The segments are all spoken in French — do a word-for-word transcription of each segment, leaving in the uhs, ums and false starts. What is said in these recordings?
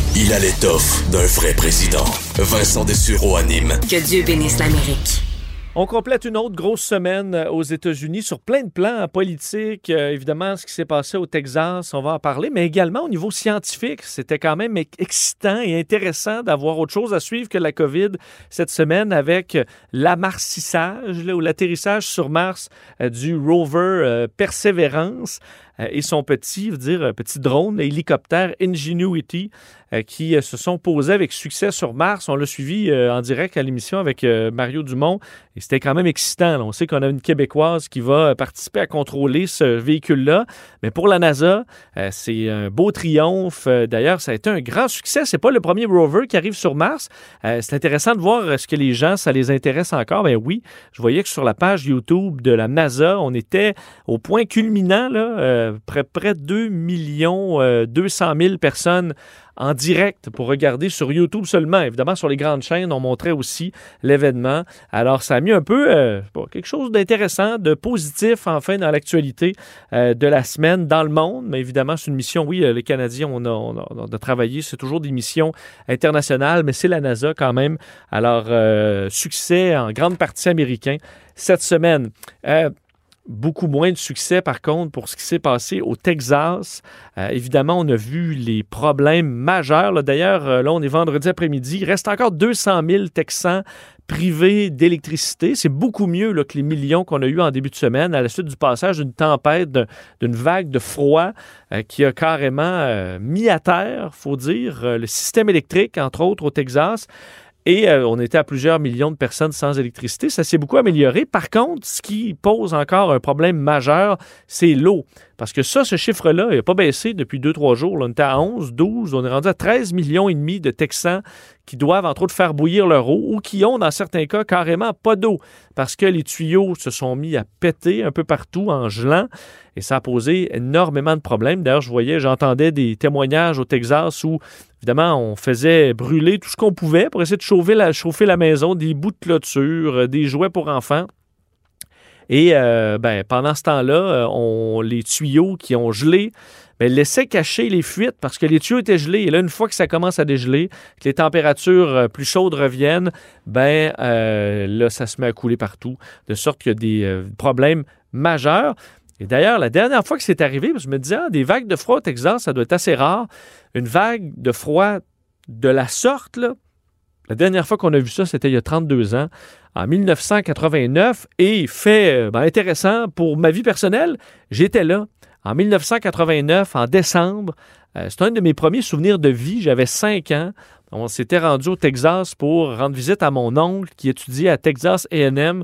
Il a l'étoffe d'un vrai président. Vincent Dessureau anime. Que Dieu bénisse l'Amérique. On complète une autre grosse semaine aux États-Unis sur plein de plans politiques. Euh, évidemment, ce qui s'est passé au Texas, on va en parler, mais également au niveau scientifique. C'était quand même excitant et intéressant d'avoir autre chose à suivre que la COVID cette semaine avec l'amarcissage là, ou l'atterrissage sur Mars euh, du rover euh, Perseverance euh, et son petit, je veux dire, petit drone, hélicoptère Ingenuity euh, qui euh, se sont posés avec succès sur Mars. On l'a suivi euh, en direct à l'émission avec euh, Mario Dumont. Et c'était quand même excitant. Là. On sait qu'on a une Québécoise qui va participer à contrôler ce véhicule-là. Mais pour la NASA, euh, c'est un beau triomphe. Euh, d'ailleurs, ça a été un grand succès. C'est pas le premier rover qui arrive sur Mars. Euh, c'est intéressant de voir est-ce que les gens, ça les intéresse encore. Ben oui, je voyais que sur la page YouTube de la NASA, on était au point culminant, là, euh, près, près de deux millions deux cent mille personnes en direct pour regarder sur YouTube seulement. Évidemment, sur les grandes chaînes, on montrait aussi l'événement. Alors, ça a mis un peu euh, bon, quelque chose d'intéressant, de positif, enfin, dans l'actualité euh, de la semaine dans le monde. Mais évidemment, c'est une mission, oui, les Canadiens, on a, on a, on a travaillé. C'est toujours des missions internationales, mais c'est la NASA quand même. Alors, euh, succès en grande partie américain cette semaine. Euh, Beaucoup moins de succès, par contre, pour ce qui s'est passé au Texas. Euh, évidemment, on a vu les problèmes majeurs. Là. D'ailleurs, euh, là, on est vendredi après-midi. Il reste encore deux cent mille Texans privés d'électricité. C'est beaucoup mieux là, que les millions qu'on a eus en début de semaine à la suite du passage d'une tempête, d'une vague de froid euh, qui a carrément euh, mis à terre, il faut dire, euh, le système électrique, entre autres, au Texas. Et euh, on était à plusieurs millions de personnes sans électricité. Ça s'est beaucoup amélioré. Par contre, ce qui pose encore un problème majeur, c'est l'eau. Parce que ça, ce chiffre-là, il n'a pas baissé depuis deux trois jours. Là, on était à onze, douze, on est rendu à treize millions et demi de Texans qui doivent, entre autres, faire bouillir leur eau ou qui ont, dans certains cas, carrément pas d'eau parce que les tuyaux se sont mis à péter un peu partout en gelant et ça a posé énormément de problèmes. D'ailleurs, je voyais, j'entendais des témoignages au Texas où, évidemment, on faisait brûler tout ce qu'on pouvait pour essayer de chauffer la, chauffer la maison, des bouts de clôture, des jouets pour enfants. Et euh, ben, pendant ce temps-là, on, les tuyaux qui ont gelé ben, laissaient cacher les fuites parce que les tuyaux étaient gelés. Et là, une fois que ça commence à dégeler, que les températures plus chaudes reviennent, ben euh, là, ça se met à couler partout, de sorte qu'il y a des euh, problèmes majeurs. Et d'ailleurs, la dernière fois que c'est arrivé, je me disais, ah, des vagues de froid au Texas, ça doit être assez rare. Une vague de froid de la sorte, là, la dernière fois qu'on a vu ça, c'était il y a trente-deux ans, en dix-neuf cent quatre-vingt-neuf. Et fait ben, intéressant pour ma vie personnelle, j'étais là en dix-neuf cent quatre-vingt-neuf, en décembre. Euh, c'est un de mes premiers souvenirs de vie. J'avais cinq ans. On s'était rendu au Texas pour rendre visite à mon oncle qui étudiait à Texas A and M,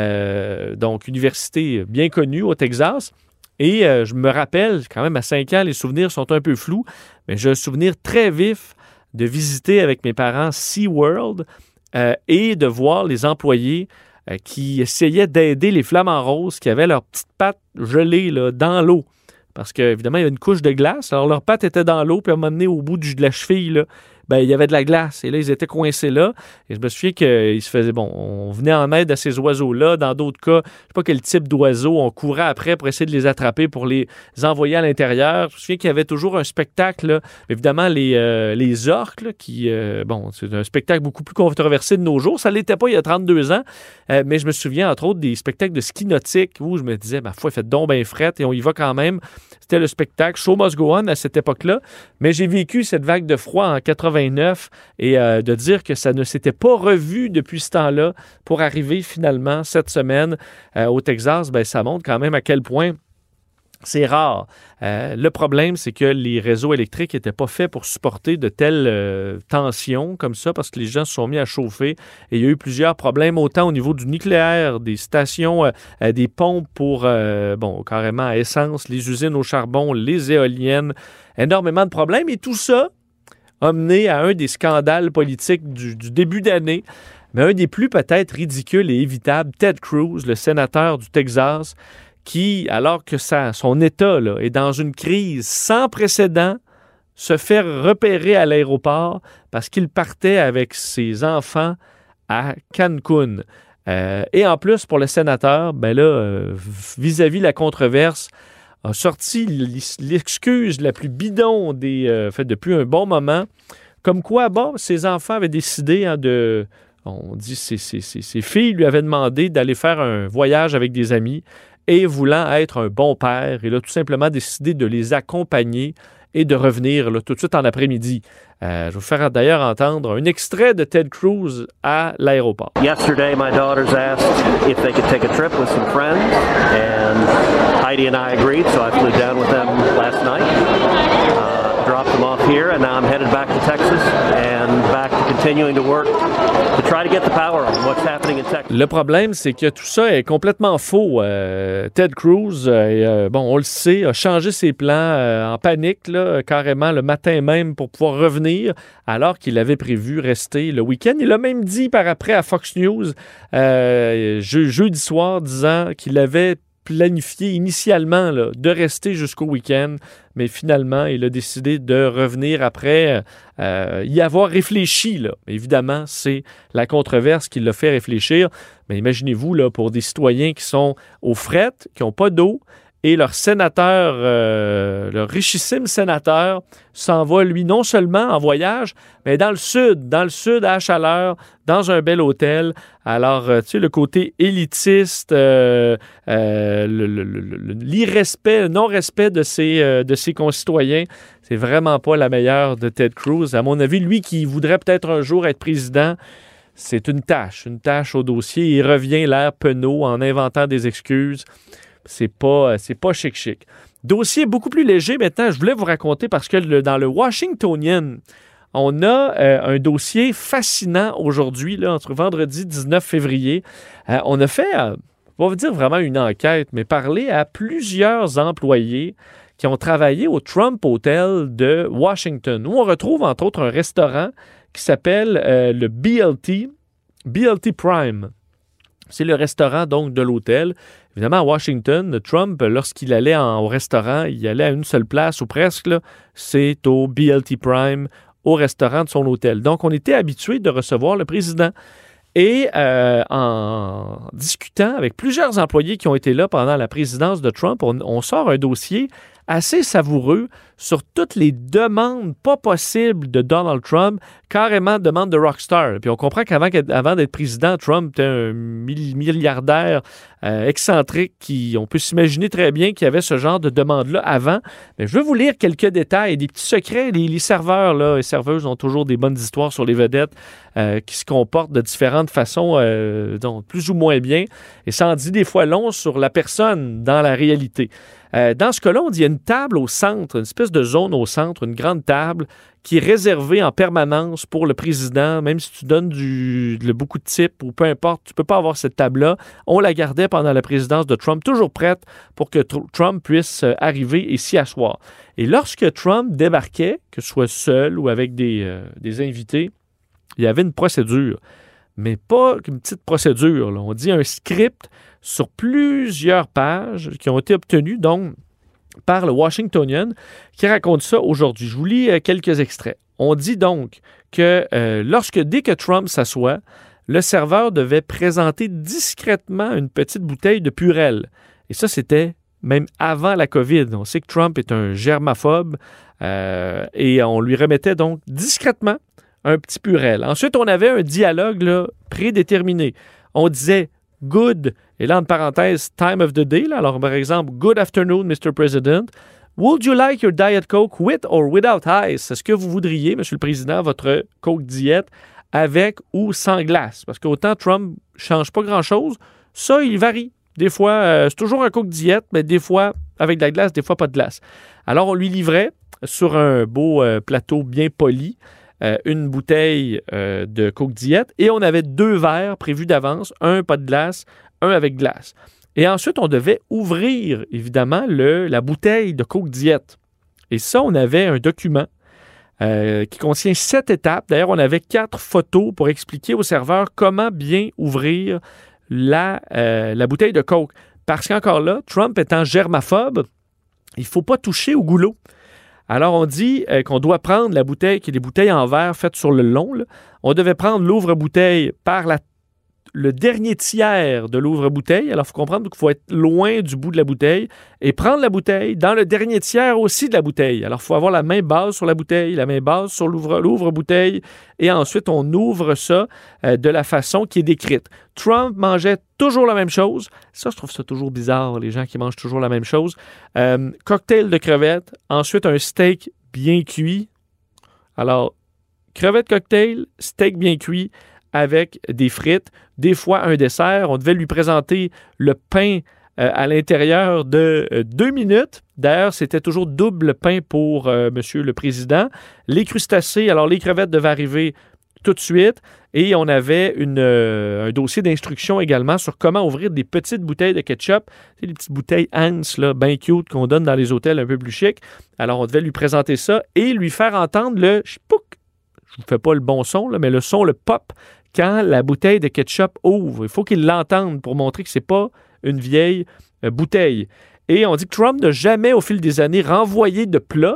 euh, donc université bien connue au Texas. Et euh, je me rappelle, quand même à cinq ans, les souvenirs sont un peu flous, mais j'ai un souvenir très vif de visiter avec mes parents SeaWorld euh, et de voir les employés euh, qui essayaient d'aider les flamants roses qui avaient leurs petites pattes gelées là, dans l'eau. Parce qu'évidemment, il y avait une couche de glace. Alors, leurs pattes étaient dans l'eau, puis à un moment donné, au bout du, de la cheville, là, ben, il y avait de la glace. Et là, ils étaient coincés là. Et je me souviens qu'ils se faisaient... Bon, on venait en aide à ces oiseaux-là. Dans d'autres cas, je ne sais pas quel type d'oiseaux. On courait après pour essayer de les attraper, pour les envoyer à l'intérieur. Je me souviens qu'il y avait toujours un spectacle. Là. Évidemment, les, euh, les orques, là, qui... Euh, bon, c'est un spectacle beaucoup plus controversé de nos jours. Ça ne l'était pas il y a trente-deux ans. Euh, mais je me souviens, entre autres, des spectacles de ski nautique où je me disais, ma foi, il fait donc bien fret et on y va quand même. C'était le spectacle Show Must Go On à cette époque-là. Mais j'ai vécu cette vague de froid en quatre-vingt-neuf et euh, de dire que ça ne s'était pas revu depuis ce temps-là pour arriver finalement cette semaine euh, au Texas, ben, ça montre quand même à quel point c'est rare. Euh, le problème, c'est que les réseaux électriques n'étaient pas faits pour supporter de telles euh, tensions comme ça parce que les gens se sont mis à chauffer et il y a eu plusieurs problèmes autant au niveau du nucléaire, des stations, euh, des pompes pour, euh, bon, carrément à essence, les usines au charbon, les éoliennes, énormément de problèmes et tout ça a mené à un des scandales politiques du, du début d'année, mais un des plus peut-être ridicules et évitables, Ted Cruz, le sénateur du Texas, qui, alors que ça, son État là, est dans une crise sans précédent, se fait repérer à l'aéroport parce qu'il partait avec ses enfants à Cancun. Euh, et en plus, pour le sénateur, ben là, euh, vis-à-vis la controverse, a sorti l'excuse la plus bidon des, euh, fait depuis un bon moment Comme quoi, bon, ses enfants avaient décidé hein, de... On dit que ses, ses, ses, ses filles lui avaient demandé d'aller faire un voyage avec des amis et voulant être un bon père, il a tout simplement décidé de les accompagner et de revenir là, tout de suite en après-midi. Euh, je vais vous faire d'ailleurs entendre un extrait de Ted Cruz à l'aéroport. Yesterday, my daughters asked if they could take a trip with some friends, and Heidi and I agreed, so I flew down with them last night, uh, dropped them off here, and now I'm headed back to Texas and back to continuing to work to try to get the power on what's happening in Texas. Le problème, c'est que tout ça est complètement faux. Euh, Ted Cruz, euh, bon, on le sait, a changé ses plans euh, en panique, là, carrément le matin même pour pouvoir revenir alors qu'il avait prévu rester le week-end. Il a même dit par après à Fox News euh, je, jeudi soir disant qu'il avait planifié initialement là, de rester jusqu'au week-end, mais finalement, il a décidé de revenir après euh, y avoir réfléchi. Là. Évidemment, c'est la controverse qui l'a fait réfléchir. Mais imaginez-vous, là, pour des citoyens qui sont aux frettes, qui n'ont pas d'eau, et leur sénateur, euh, leur richissime sénateur, s'en va, lui, non seulement en voyage, mais dans le sud, dans le sud à chaleur, dans un bel hôtel. Alors, euh, tu sais, le côté élitiste, euh, euh, le, le, le, l'irrespect, le non-respect de ses, euh, de ses concitoyens, c'est vraiment pas la meilleure de Ted Cruz. À mon avis, lui qui voudrait peut-être un jour être président, c'est une tâche, une tâche au dossier. Il revient l'air penaud en inventant des excuses. C'est pas, c'est pas chic-chic. Dossier beaucoup plus léger maintenant, je voulais vous raconter parce que le, dans le Washingtonian, on a euh, un dossier fascinant aujourd'hui, là, entre vendredi dix-neuf février. Euh, on a fait, euh, on va vous dire vraiment une enquête, mais parler à plusieurs employés qui ont travaillé au Trump Hotel de Washington, où on retrouve entre autres un restaurant qui s'appelle euh, le B L T, B L T Prime. C'est le restaurant donc de l'hôtel. Évidemment, à Washington, Trump, lorsqu'il allait en, au restaurant, il allait à une seule place ou presque, là, c'est au B L T Prime, au restaurant de son hôtel. Donc, on était habitué de recevoir le président. Et euh, en discutant avec plusieurs employés qui ont été là pendant la présidence de Trump, on, on sort un dossier assez savoureux sur toutes les demandes pas possibles de Donald Trump, carrément demande de rockstar. Puis on comprend qu'avant avant d'être président, Trump était un milliardaire euh, excentrique qui, on peut s'imaginer très bien qu'il y avait ce genre de demande-là avant. Mais je veux vous lire quelques détails, des petits secrets. Les, les serveurs, là, les serveuses ont toujours des bonnes histoires sur les vedettes euh, qui se comportent de différentes façons, euh, donc plus ou moins bien. Et ça en dit des fois long sur la personne dans la réalité. Euh, dans ce cas-là, on dit qu'il y a une table au centre, une espèce de zone au centre, une grande table qui est réservée en permanence pour le président. Même si tu donnes du, de, beaucoup de types ou peu importe, tu ne peux pas avoir cette table-là. On la gardait pendant la présidence de Trump, toujours prête pour que tr- Trump puisse arriver et s'y asseoir. Et lorsque Trump débarquait, que ce soit seul ou avec des, euh, des invités, il y avait une procédure. Mais pas une petite procédure. Là. On dit un script sur plusieurs pages qui ont été obtenues donc par le Washingtonian qui raconte ça aujourd'hui. Je vous lis euh, quelques extraits. On dit donc que euh, lorsque, dès que Trump s'assoit, le serveur devait présenter discrètement une petite bouteille de Purell. Et ça, c'était même avant la COVID. On sait que Trump est un germaphobe euh, et on lui remettait donc discrètement un petit Purell. Ensuite, on avait un dialogue là, prédéterminé. On disait « good », et là, en parenthèse, « time of the day ». Là. Alors, par exemple, « good afternoon, mister President. Would you like your Diet Coke with or without ice? » Est-ce que vous voudriez, Monsieur le Président, votre Coke Diet avec ou sans glace? Parce qu'autant Trump ne change pas grand-chose, ça, il varie. Des fois, euh, c'est toujours un Coke Diet, mais des fois avec de la glace, des fois pas de glace. Alors, on lui livrait sur un beau euh, plateau bien poli Euh, une bouteille euh, de Coke Diet et on avait deux verres prévus d'avance, un pas de glace, un avec glace. Et ensuite, on devait ouvrir, évidemment, le, la bouteille de Coke Diet. Et ça, on avait un document euh, qui contient sept étapes. D'ailleurs, on avait quatre photos pour expliquer au serveur comment bien ouvrir la, euh, la bouteille de Coke. Parce qu'encore là, Trump étant germaphobe, il ne faut pas toucher au goulot. Alors, on dit euh, qu'on doit prendre la bouteille, qui est des bouteilles en verre faites sur le long. Là. On devait prendre l'ouvre-bouteille par la, le dernier tiers de l'ouvre-bouteille. Alors, il faut comprendre qu'il faut être loin du bout de la bouteille et prendre la bouteille dans le dernier tiers aussi de la bouteille. Alors, il faut avoir la main basse sur la bouteille, la main basse sur l'ouvre, l'ouvre-bouteille et ensuite, on ouvre ça euh, de la façon qui est décrite. Trump mangeait toujours la même chose. Ça, je trouve ça toujours bizarre, les gens qui mangent toujours la même chose. Euh, cocktail de crevettes, ensuite un steak bien cuit. Alors, crevettes cocktail, steak bien cuit, avec des frites, des fois un dessert. On devait lui présenter le pain euh, à l'intérieur de euh, deux minutes. D'ailleurs, c'était toujours double pain pour euh, Monsieur le Président. Les crustacés, alors les crevettes devaient arriver tout de suite. Et on avait une, euh, un dossier d'instruction également sur comment ouvrir des petites bouteilles de ketchup. C'est des petites bouteilles Hans, là, bien cute, qu'on donne dans les hôtels un peu plus chics. Alors, on devait lui présenter ça et lui faire entendre le chpouk. Je ne vous fais pas le bon son, là, mais le son, le pop, quand la bouteille de ketchup ouvre. Il faut qu'il l'entende pour montrer que ce n'est pas une vieille euh, bouteille. Et on dit que Trump n'a jamais, au fil des années, renvoyé de plat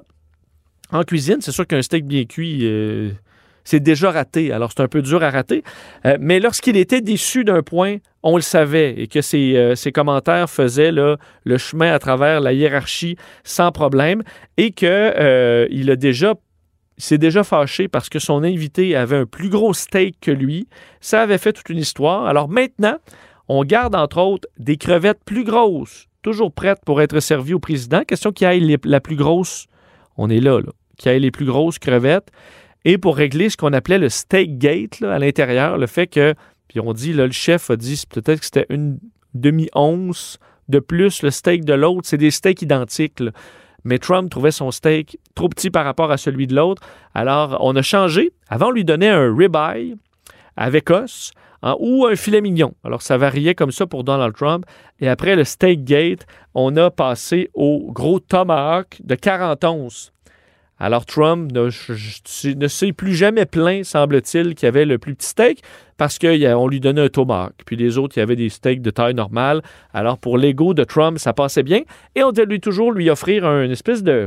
en cuisine. C'est sûr qu'un steak bien cuit, euh, c'est déjà raté. Alors, c'est un peu dur à rater. Euh, mais lorsqu'il était déçu d'un point, on le savait et que ses, euh, ses commentaires faisaient là, le chemin à travers la hiérarchie sans problème et qu'il euh, a déjà Il s'est déjà fâché parce que son invité avait un plus gros steak que lui. Ça avait fait toute une histoire. Alors maintenant, on garde entre autres des crevettes plus grosses, toujours prêtes pour être servies au président. Question qu'il aille les, la plus grosse, on est là, là qu'il aille les plus grosses crevettes. Et pour régler ce qu'on appelait le steak gate là, à l'intérieur, le fait que, puis on dit, là, le chef a dit peut-être que c'était une demi-once de plus le steak de l'autre. C'est des steaks identiques, là. Mais Trump trouvait son steak trop petit par rapport à celui de l'autre. Alors, on a changé. Avant, on lui donnait un ribeye avec os hein, ou un filet mignon. Alors, ça variait comme ça pour Donald Trump. Et après le steak gate, on a passé au gros tomahawk de quarante onces. Alors, Trump ne, ne s'est plus jamais plaint, semble-t-il, qu'il y avait le plus petit steak parce qu'on lui donnait un tomahawk. Puis les autres, il y avait des steaks de taille normale. Alors, pour l'ego de Trump, ça passait bien. Et on devait lui toujours lui offrir un espèce de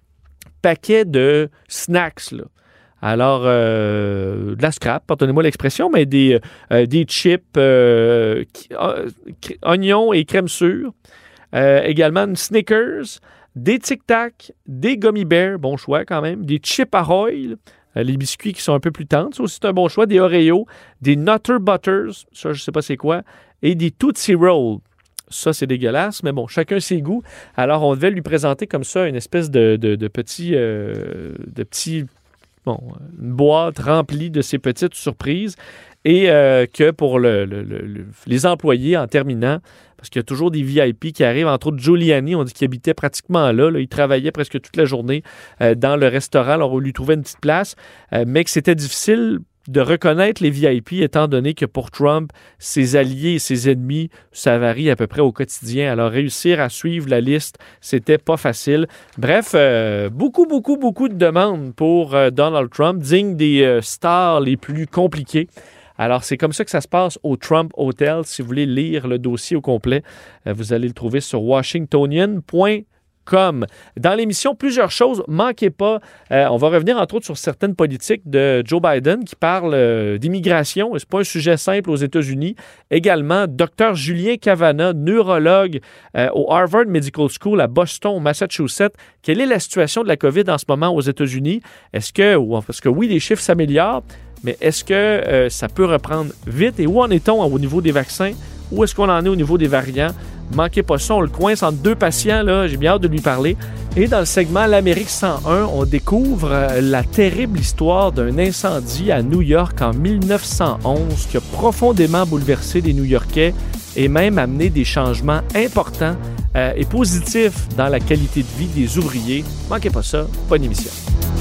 paquet de snacks, là. Alors, euh, de la scrap, pardonnez-moi l'expression, mais des, euh, des chips, euh, euh, oignons et crème sûre. Euh, également une Snickers. Des Tic Tac, des Gummy Bears, bon choix quand même, des Chips Ahoy, euh, les biscuits qui sont un peu plus tendres, ça aussi c'est un bon choix, des Oreos, des Nutter Butters, ça je sais pas c'est quoi, et des Tootsie Rolls. Ça c'est dégueulasse, mais bon, chacun ses goûts. Alors on devait lui présenter comme ça une espèce de, de, de petit, euh, de petit, bon, une boîte remplie de ces petites surprises et euh, que pour le, le, le, le, les employés en terminant, parce qu'il y a toujours des V I P qui arrivent, entre autres Giuliani, on dit qu'il habitait pratiquement là, là il travaillait presque toute la journée euh, dans le restaurant, alors on lui trouvait une petite place, euh, mais que c'était difficile de reconnaître les V I P étant donné que pour Trump, ses alliés et ses ennemis, ça varie à peu près au quotidien. Alors réussir à suivre la liste, c'était pas facile. Bref, euh, beaucoup, beaucoup, beaucoup de demandes pour euh, Donald Trump, digne des euh, stars les plus compliquées. Alors, c'est comme ça que ça se passe au Trump Hotel. Si vous voulez lire le dossier au complet, euh, vous allez le trouver sur washingtonian point com. Dans l'émission, plusieurs choses. Manquez pas. Euh, on va revenir, entre autres, sur certaines politiques de Joe Biden qui parlent euh, d'immigration. C'est pas un sujet simple aux États-Unis. Également, Dr Julien Cavanagh, neurologue euh, au Harvard Medical School à Boston, au Massachusetts. Quelle est la situation de la COVID en ce moment aux États-Unis? Est-ce que, parce que oui, les chiffres s'améliorent, mais est-ce que euh, ça peut reprendre vite? Et où en est-on au niveau des vaccins? Où est-ce qu'on en est au niveau des variants? Manquez pas ça, on le coince entre deux patients, là. J'ai bien hâte de lui parler. Et dans le segment L'Amérique cent un, on découvre euh, la terrible histoire d'un incendie à New York en dix-neuf cent onze qui a profondément bouleversé les New-Yorkais et même amené des changements importants euh, et positifs dans la qualité de vie des ouvriers. Manquez pas ça, bonne émission.